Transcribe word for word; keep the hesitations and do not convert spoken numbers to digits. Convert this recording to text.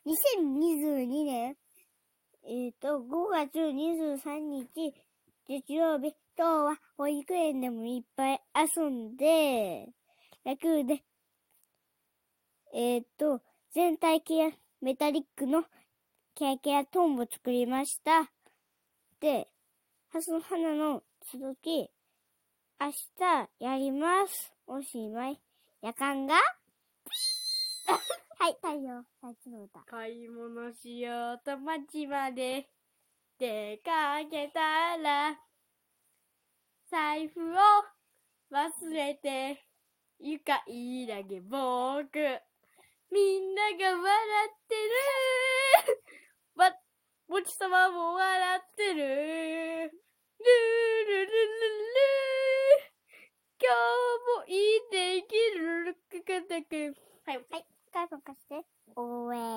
にせんにじゅうにねん、えっ、ー、と、ごがつにじゅうさんにち、月曜日、今日は保育園でもいっぱい遊んで、楽で、えっ、ー、と、全体系メタリックのケヤケヤトンボ作りました。で、ハスの花の続き、明日やります。おしまい。夜間がはい、太陽、最初の歌。 買い物しようと街まで出かけたら、財布を忘れて床いらげ僕、みんなが笑ってるわ、ぼちさまも笑ってるルールルルルル今日もいい天気ルルルクククク。 はい、はい、カード貸して。応援。